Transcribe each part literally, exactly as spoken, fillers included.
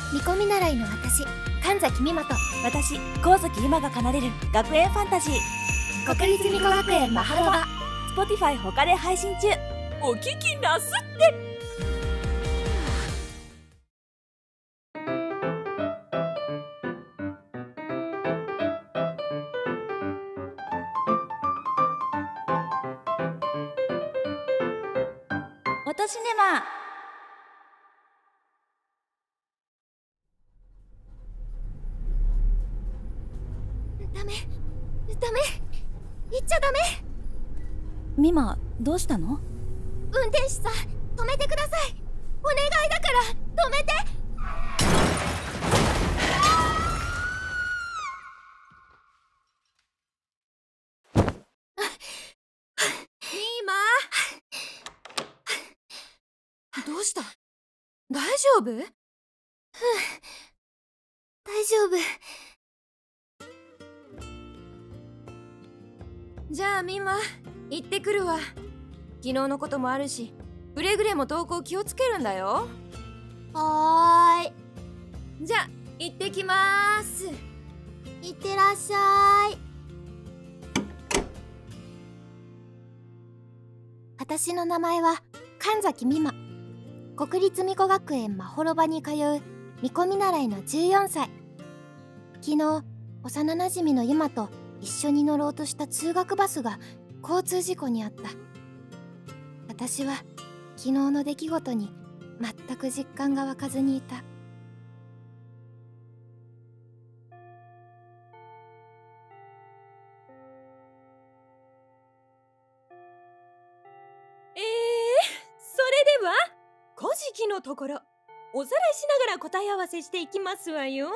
見込み習いの私、神崎美馬と私、神崎今が奏でる学園ファンタジー国立美子学園マハロバ Spotify 他で配信中。お聞きなすって。おとしねま。 ダメダメ行っちゃダメ。 ミマ、どうしたの？ 運転手さん、止めてください。お願いだから止めて。 ミマ、どうした？大丈夫？うん、 大丈夫。 じゃあミマ、行ってくるわ。昨日のこともあるし、くれぐれも投稿気をつけるんだよ。 はーい。 じゃあ行ってきまーす。 いってらっしゃい。私の名前は神崎美馬。国立美子学園まほろばに通う見込み習いのじゅうよんさい。昨日、幼なじみのゆまと一緒に乗ろうとした通学バスが交通事故にあった。私は昨日の出来事に全く実感が湧かずにいた。 えー、それでは古事記のところおさらいしながら答え合わせしていきますわよ。はい、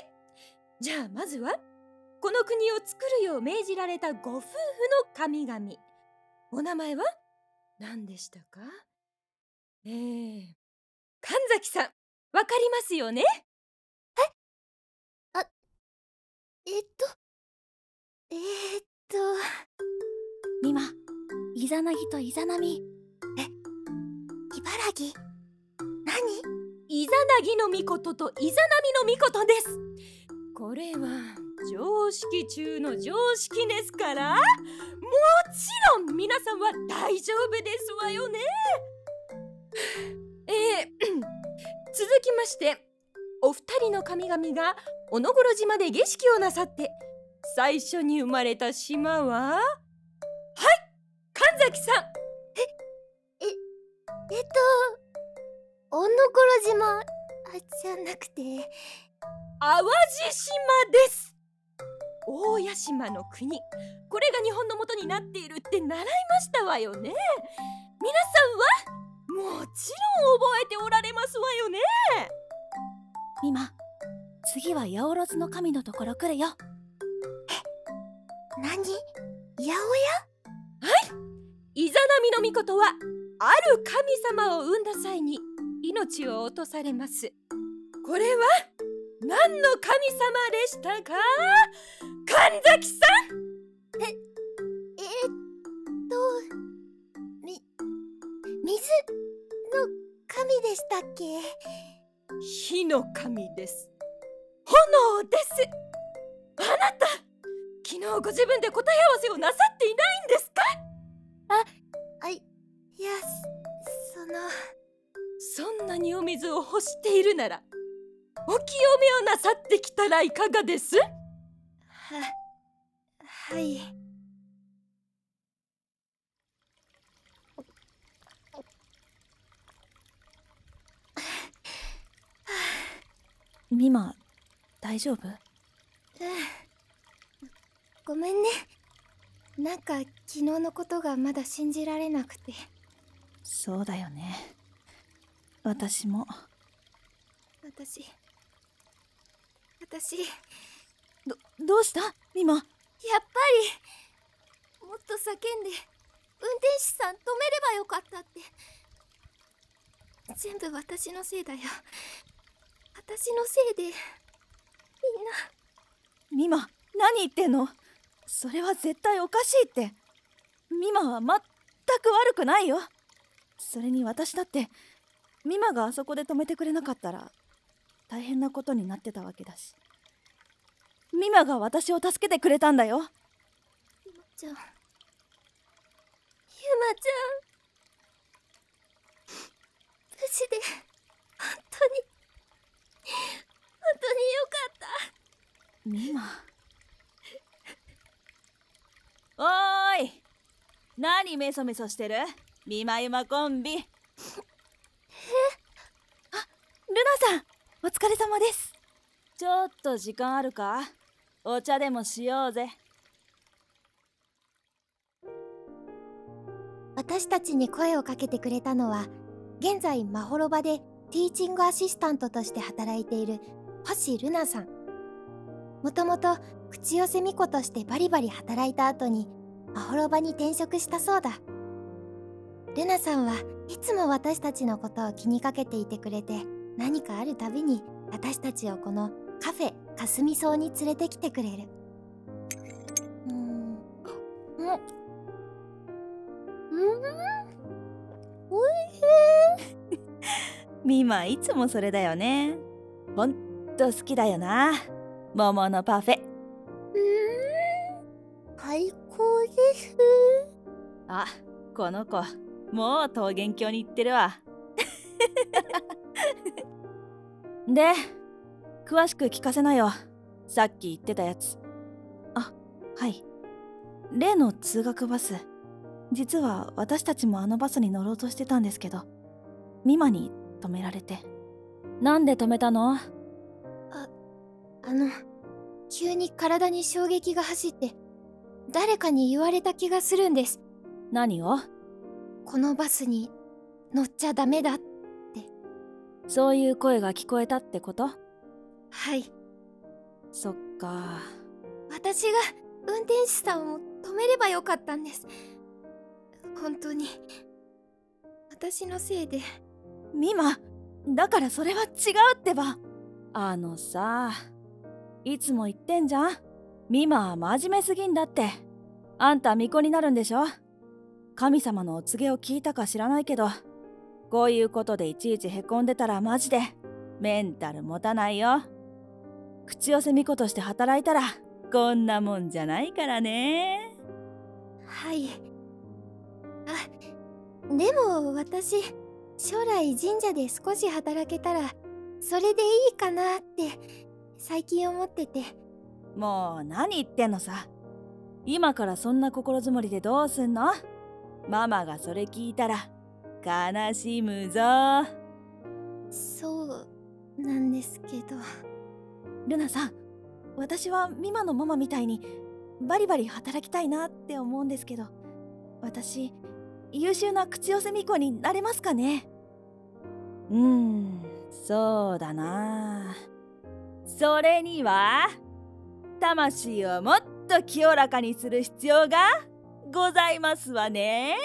じゃあまずはこの国を作るよう命じられたご夫婦の神々、お名前は何でしたか？えー、神崎さん、わかりますよね？ え？あ、えっとえー、っとミマ、イザナギとイザナミ。 え、茨城？何？ イザナギの御事とイザナミの御事です。これは常識中の常識ですから、もちろん皆さんは大丈夫ですわよね。えー、続きまして、お二人の神々がおのごろ島で儀式をなさって最初に生まれた島は、はい、神崎さん。 え、え、えっとおのころ島、あ、じゃなくて淡路島です。大屋島の国、これが日本の元になっているって習いましたわよね。皆さんはもちろん覚えておられますわよね。 ミマ、次は八百万の神のところ来るよ。 え、何？八百屋？ はい、イザナミの御事はある神様を産んだ際に命を落とされます。これは何の神様でしたか？神崎さん。 え、えー、っとみ、水の神でしたっけ？ 火の神です。炎です。あなた、昨日ご自分で答え合わせをなさっていないんですか？ あ、あ、いや、そのそんなにお水を欲しているならお清めをなさってきたらいかがです？は、 はい。 ミマ、大丈夫？ うん、ごめんね。なんか昨日のことがまだ信じられなくて。 そうだよね。私も。 私私ど、どうしたミマ？ やっぱりもっと叫んで運転手さん止めればよかったって。全部私のせいだよ。私のせいでみんな。 ミマ、何言ってんの？それは絶対おかしいって。ミマは全く悪くないよ。それに私だってミマがあそこで止めてくれなかったら大変なことになってたわけだし、ミマが私を助けてくれたんだよ。 ゆまちゃん、ゆまちゃん、無事で本当に本当によかった。 ミマ。おーい、何メソメソしてる？ミマユマコンビ。え？あ、ルナさん、お疲れ様です。ちょっと時間あるか？お茶でもしようぜ。 私たちに声をかけてくれたのは、現在まほろばでティーチングアシスタントとして働いている星ルナさん。もともと口寄せ巫女としてバリバリ働いた後にまほろばに転職したそうだ。ルナさんはいつも私たちのことを気にかけていてくれて、何かあるたびに私たちをこのカフェかすみ草に連れてきてくれる。うーん、うん、おいしい。 ミマいつもそれだよね。ほんと好きだよな、桃のパフェ。うーん、 最高です。 あ、この子もう桃源郷に行ってるわ。で、詳しく聞かせなよ、さっき言ってたやつ。あ、はい。例の通学バス、実は私たちもあのバスに乗ろうとしてたんですけど、ミマに止められて。なんで止めたの？あ、 あの、急に体に衝撃が走って、誰かに言われた気がするんです。 何を？ このバスに乗っちゃダメだって。 そういう声が聞こえたってこと？ はい。 そっか。 私が運転手さんを止めればよかったんです。本当に私のせいで。 ミマ、だからそれは違うってば。あのさ、いつも言ってんじゃん、ミマは真面目すぎんだって。あんた巫女になるんでしょ？神様のお告げを聞いたか知らないけど、こういうことでいちいちへこんでたらマジでメンタル持たないよ。口寄せ巫女として働いたらこんなもんじゃないからね。 はい。あ、でも私、将来神社で少し働けたらそれでいいかなって最近思ってて。 もう何言ってんのさ。今からそんな心づもりでどうすんの？ママがそれ聞いたら悲しむぞ。 そうなんですけど。 ルナさん、私はミマのママみたいにバリバリ働きたいなって思うんですけど、私優秀な口寄せ巫女になれますかね？うーん、そうだな。それには魂をもっと清らかにする必要がございますわね。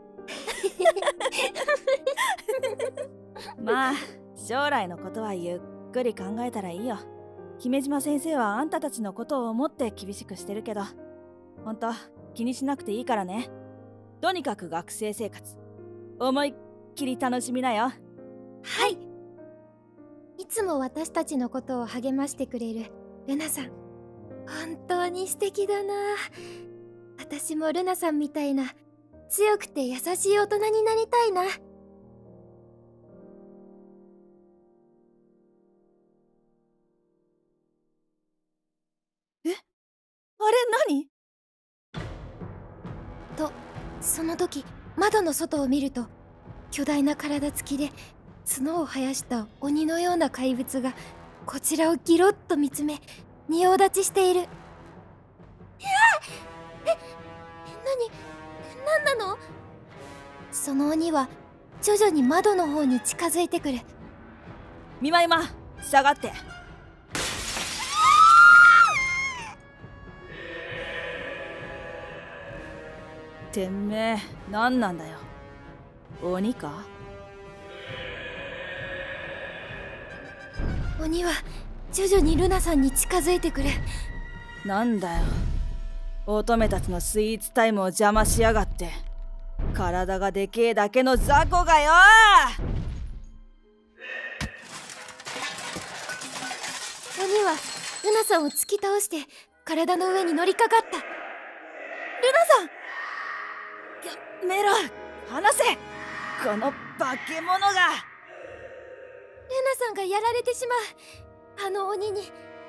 まあ将来のことはゆっくり考えたらいいよ。姫島先生はあんたたちのことを思って厳しくしてるけど、ほんと気にしなくていいからね。とにかく学生生活思いっきり楽しみなよ。 はい。いつも私たちのことを励ましてくれるルナさん、本当に素敵だな。私もルナさんみたいな強くて優しい大人になりたいな。 え、あれ何？ と、その時窓の外を見ると、巨大な体つきで角を生やした鬼のような怪物がこちらをギロッと見つめ仁王立ちしている。いやえ、何何なの？その鬼は徐々に窓の方に近づいてくる。 みまいま、下がって。てめえ何なんだよ、鬼か？ 鬼は徐々にルナさんに近づいてくる。 なんだよ、乙女たちのスイーツタイムを邪魔しやがって。体がでけえだけの雑魚がよ。 はルナさんを突き倒して体の上に乗りかかった。ルナさん、やめろ、離せ、この化け物が。 ルナさんがやられてしまう、あの鬼に。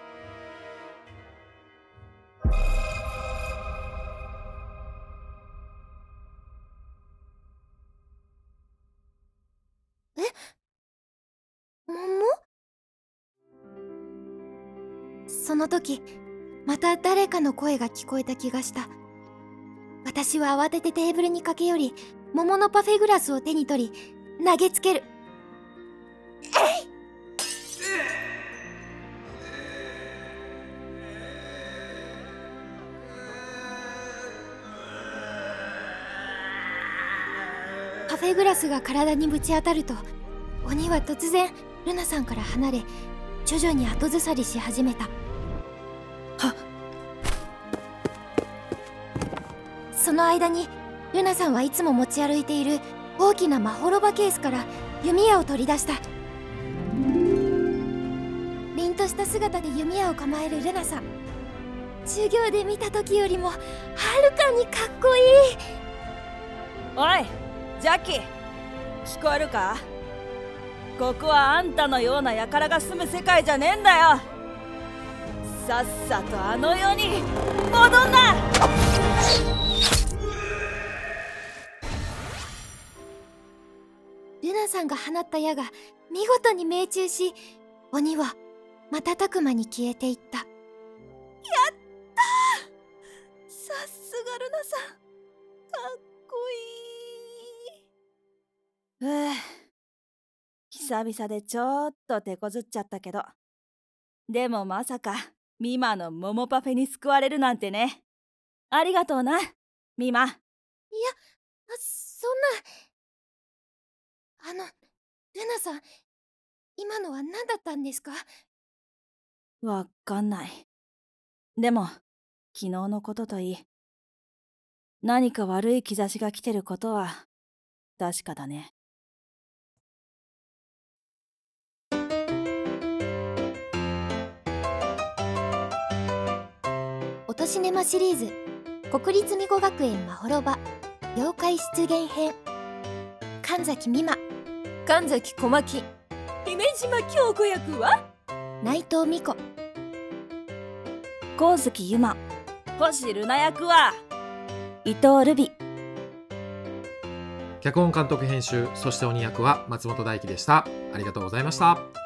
え、桃？その時また誰かの声が聞こえた気がした。私は慌ててテーブルに駆け寄り、桃のパフェグラスを手に取り投げつける。えい！パフェグラスが体にぶち当たると、鬼は突然ルナさんから離れ、徐々に後ずさりし始めた。 はっ。 その間にルナさんはいつも持ち歩いている大きなまほろばケースから弓矢を取り出した。凛とした姿で弓矢を構えるルナさん、授業で見た時よりもはるかにかっこいい。 おいジャッキー、聞こえるか？ここはあんたのような輩が住む世界じゃねえんだよ。さっさとあの世に戻んな。 ルナさんが放った矢が見事に命中し、鬼は瞬く間に消えていった。やったー！さすがルナさん、かっこいい。 ふう、久々でちょっと手こずっちゃったけど、でもまさかミマの桃パフェに救われるなんてね。ありがとうなミマ。いや、 そんな。あの、ルナさん、今のは何だったんですか？ わかんない。でも昨日のことといい、何か悪い兆しが来てることは確かだね。 おとしねまシリーズ、国立巫女学園まほろば妖怪出現編。神崎美馬、 神崎小牧、姫島京子役は内藤美子、 光月ゆま、星ルナ役は伊藤ルビ。 脚本監督編集、そして鬼役は松本大輝でした。ありがとうございました。